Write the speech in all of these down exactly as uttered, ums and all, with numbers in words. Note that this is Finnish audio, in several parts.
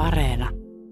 Areena.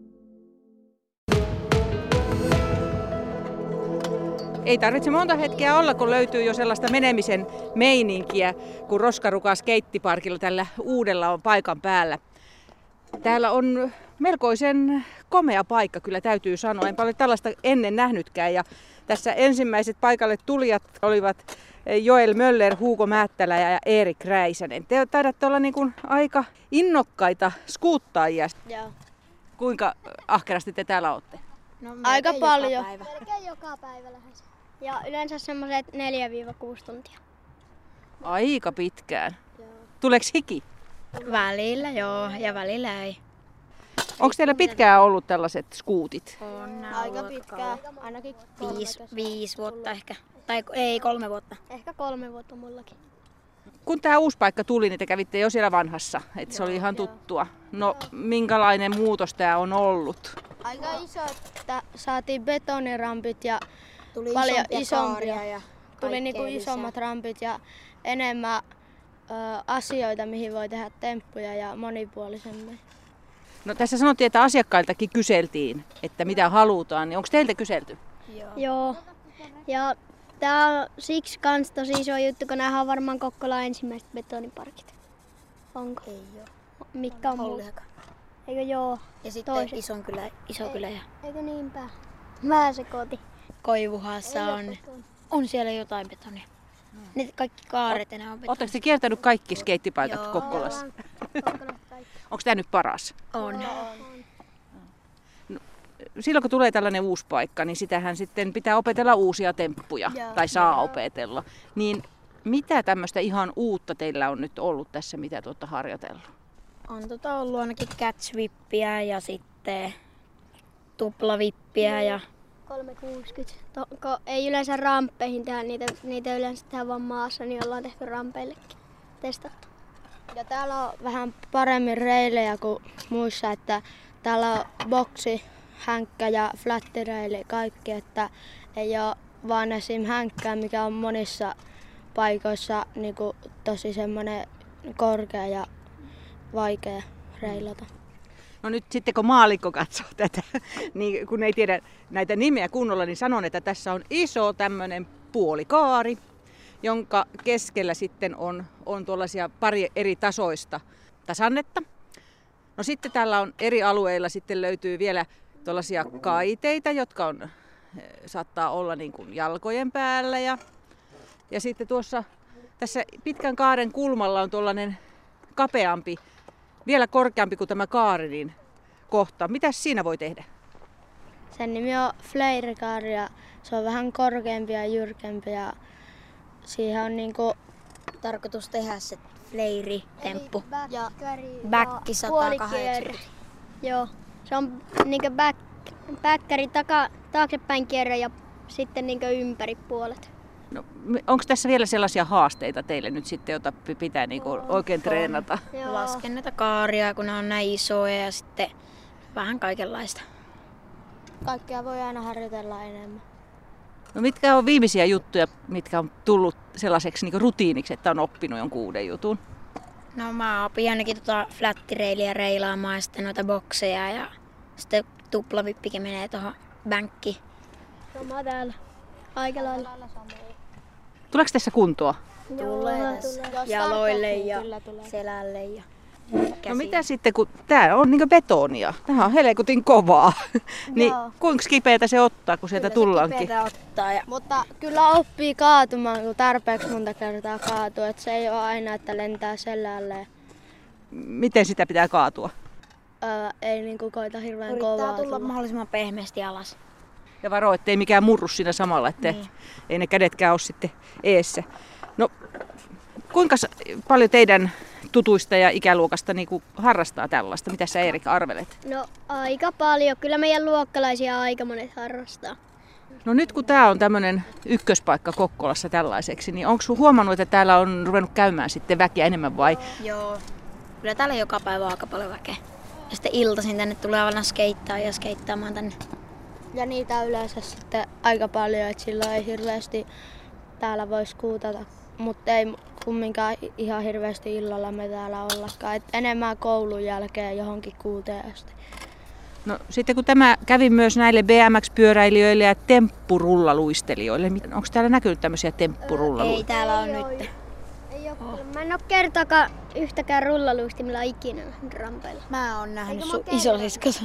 Ei tarvitse monta hetkeä olla, kun löytyy jo sellaista menemisen meininkiä, kun Roskarukan skeittiparkilla tällä uudella on paikan päällä. Täällä on melkoisen komea paikka, kyllä täytyy sanoa. Enpä ole tällaista ennen nähnytkään. Ja tässä ensimmäiset paikalle tulijat olivat Joel Möller, Hugo Määttälä ja Erik Räisänen. Te taidatte olla niin kuin aika innokkaita skuuttaajia. Joo. Kuinka ahkerasti te täällä olette? No, aika paljon. Melkein joka päivä lähes. Ja yleensä semmoiset neljä kuusi tuntia. Aika pitkään. Joo. Tuleeko hiki? Välillä joo ja välillä ei. Onko teillä pitkään ollut tällaiset skuutit? On Aika pitkään, ainakin Viisi, viisi vuotta ehkä. Tai ei, kolme vuotta. Ehkä kolme vuotta mullakin. Kun tämä uusi paikka tuli, niin te kävitte jo siellä vanhassa, että se oli ihan tuttua. No, minkälainen muutos tämä on ollut? Aika iso, että saatiin betonirampit ja Tuli paljon isompia isompia. kaaria ja Tuli niinku kaikkea isommat rampit ja enemmän ö, asioita, mihin voi tehdä temppuja ja monipuolisemmin. No tässä sanottiin, että asiakkailtakin kyseltiin, että mitä halutaan, niin onko teiltä kyselty? Joo. Joo. Ja tää on siksi kans tosi iso juttu, kun näähän on varmaan Kokkolan ensimmäiset betoniparkit. Onko? Ei joo. Mitkä on muut? Hollihaka. Eikö joo? Ja sitten Toiset. ison kylä, iso kylä ja Eikö niinpä? Mä sekoitin. Koivuhassa on, on siellä jotain betonia. Ne kaikki kaaret enää on betonia. Oletteko te kiertänyt kaikki skeittipaikat Joo. Kokkolassa? Onko tämä nyt paras? On. Silloin kun tulee tällainen uusi paikka, niin sitähän sitten pitää opetella uusia temppuja, Joo. tai saa opetella. Niin mitä tämmöistä ihan uutta teillä on nyt ollut tässä, mitä te olette harjoitellut? On tota ollut ainakin catch-vippiä ja sitten tuplavippiä ja kolmesataakuusikymmentä. To, ko, ei yleensä ramppeihin tehdä, niitä, niitä yleensä tehdään vaan maassa, niin ollaan tehty rampeillekin. Testattu. Ja täällä on vähän paremmin reilejä kuin muissa, että täällä on boksi, hänkkä ja flattireili kaikki, että ei ole vaan esim. Hänkkää, mikä on monissa paikoissa niin kuin tosi semmoinen korkea ja vaikea reilata. No nyt sitten kun maallikko katsoo tätä, niin kun ei tiedä näitä nimiä kunnolla, niin sanon, että tässä on iso tämmöinen puolikaari, jonka keskellä sitten on, on tuollaisia pari eri tasoista tasannetta. No sitten täällä on eri alueilla sitten löytyy vielä tuollaisia kaiteita, jotka on, saattaa olla niin kuin jalkojen päällä. Ja, ja sitten tuossa tässä pitkän kaaren kulmalla on tuollainen kapeampi, vielä korkeampi kuin tämä kaari, niin kohta. Mitäs siinä voi tehdä? Sen nimi on fleirikaari ja se on vähän korkeampi ja jyrkempi ja siihen on niinku tarkoitus tehdä se fleiri-temppu. ja Bäkki sata kahdeksankymmentä. Joo, se on niinku back, bäkkäri taka, taaksepäin kierre ja sitten niinku ympäri puolet. No, onko tässä vielä sellaisia haasteita teille nyt sitten, joita pitää niinku oikein treenata? Joo. Lasken näitä kaaria, kun ne on näin isoja ja sitten vähän kaikenlaista. Kaikkea voi aina harjoitella enemmän. No mitkä on viimeisiä juttuja, mitkä on tullut sellaiseksi niinku rutiiniksi, että on oppinut jonkun uuden jutun? No mä opin ainakin tota flattireiliä reilaamaan ja sitten noita bokseja ja sitten tuplavippikin menee tuohon bänkkiin. Sama täällä. Aika lailla. Tuleeko tässä kuntoa? Tulee tässä jaloille ja selälle ja käsiin. No mitä sitten, kun tää on niinku betonia, tää on helekutin kovaa, niin Joo. kuinka kipeätä se ottaa, kun sieltä Kyllä se tullaankin? kipeätä ottaa ja Mutta kyllä oppii kaatumaan, kun tarpeeksi monta kertaa kaatuu. Et se ei ole aina, että lentää selälleen. Miten sitä pitää kaatua? Öö, ei niinku koita hirveän yrittää kovaa tulla tulla. mahdollisimman pehmeästi alas. Ja varo, ettei mikään murru siinä samalla, että Niin. ei ne kädetkään ole sitten eessä. No, kuinka s- paljon teidän tutuista ja ikäluokasta niin harrastaa tällaista? Mitä sä Erik arvelet? No aika paljon. Kyllä meidän luokkalaisia aika monet harrastaa. No nyt kun tää on tämmönen ykköspaikka Kokkolassa tällaiseksi, niin onko huomannut, että täällä on ruvennut käymään sitten väkeä enemmän vai? Joo. Kyllä täällä joka päivä on aika paljon väkeä. Ja sitten iltaisin tänne tulee aina skeittaa ja skeittaamaan tänne. Ja niitä yleensä sitten aika paljon, että silloin ei hirveästi täällä voi skuutata. Mutta ei kumminkaan ihan hirveästi illalla me täällä ollakaan. Et enemmän koulun jälkeen johonkin kuuteen asti. No sitten kun tämä kävi myös näille B M X-pyöräilijöille ja temppurullaluistelijoille, onko täällä näkynyt tämmöisiä temppurullaluistelijoita? Ei täällä on Ei nyt. Ei ole. Mä en ole kertaakaan yhtäkään rullaluistimilla ikinä rampeilla. Mä oon nähnyt Eikö mä sun kerran? isosiskossa.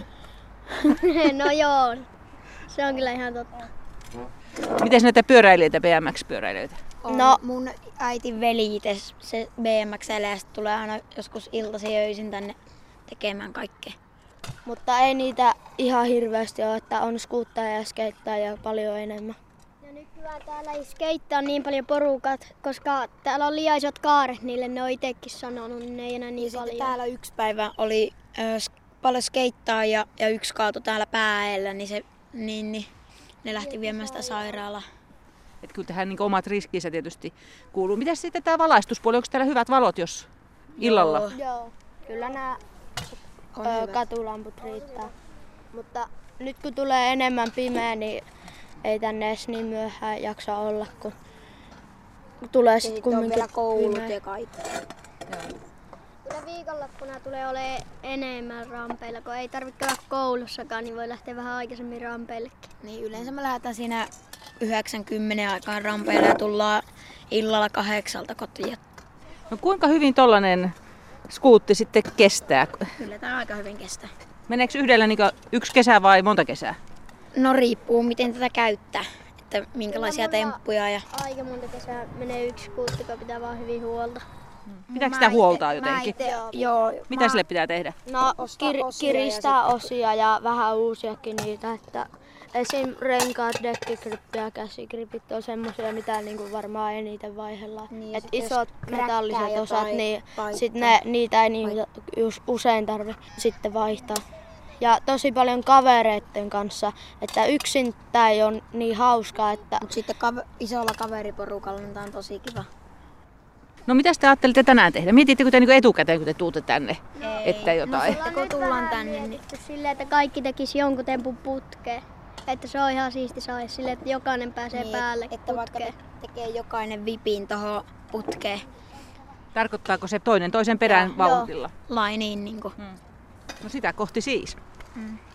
No joo, se on kyllä ihan totta. Miten näitä pyöräilijöitä, B M X-pyöräilijöitä? On No. mun äitin veli itse se B M X:llä ja sit tulee aina joskus iltaisin ja öisin tänne tekemään kaikkea. Mutta ei niitä ihan hirveästi ole, että on skuutteja ja skeittäjiä paljon enemmän. Ja nykyään täällä ei skeittaa niin paljon porukat, koska täällä on liian isot kaaret niille, ne on itsekin sanonut, niin ne ei enää niin Ja paljon. sitten täällä yksi päivä oli ö, sk- paljon skeittaa ja, ja yksi kaatui täällä päällä, niin, se, niin, niin ne lähti viemään sitä sairaalaan. Et kyllä tähän niin omat riskinsä tietysti kuuluu. Miten sitten tämä valaistuspuoli? Onko täällä hyvät valot, jos illalla? Joo. Joo, kyllä nämä On ö, hyvä. katulamput riittää. Mutta nyt kun tulee enemmän pimeä, niin ei tänne edes niin myöhään jaksa olla, kun tulee sitten kumminkin pimeä. ja kaikki. Kyllä viikonloppuna tulee olemaan enemmän rampeilla, kun ei tarvitse käydä koulussakaan, niin voi lähteä vähän aikaisemmin rampeillekin. Niin yleensä me lähdetään siinä yhdeksänkymmentä aikaan rampeille ja tullaan illalla kahdeksalta kotiin. No kuinka hyvin tollainen skuutti sitten kestää? Kyllä tämä aika hyvin kestää. Meneekö yhdellä niin yksi kesä vai monta kesää? No riippuu miten tätä käyttää, että minkälaisia Kyllä mulla- temppuja. Ja... Aika monta kesää menee yksi kuutti, kun pitää vaan hyvin huolta. Pitääkö Mä sitä ite- huoltaa mä jotenkin? ite- joo. Mitä sille pitää tehdä? No Ostaa kir- osia kiristää ja osia ja vähän uusiakin niitä, että esim. Renkaat, dekkigrippi ja käsigripit on semmosia, mitä niinku varmaan eniten vaihdellaan. Niin, ja Et sit jos isot kräkkää metalliset osat, jotain niin paikkaa. sit ne, niitä ei niinku just usein tarvi sitten vaihtaa. Ja tosi paljon kavereiden kanssa, että yksin tää ei ole niin hauskaa, että Mut sitten kav- isolla kaveriporukalla niin tää on tosi kiva. No mitä te ajattelitte tänään tehdä? Mietittekö te niin etukäteen, kun te tuutte tänne? Ei. Että jotain. No, sitten kun tullaan tänne, niin silleen, että kaikki tekisi jonkun tempun putkeen. Että se on ihan siisti saada silleen, että jokainen pääsee niin, päälle että vaikka putkeen. te- tekee jokainen vipin tohon putkeen Tarkoittaako se toinen toisen perään Joo. vauhdilla? lainiin. Niin kuin. No sitä kohti siis. Mm.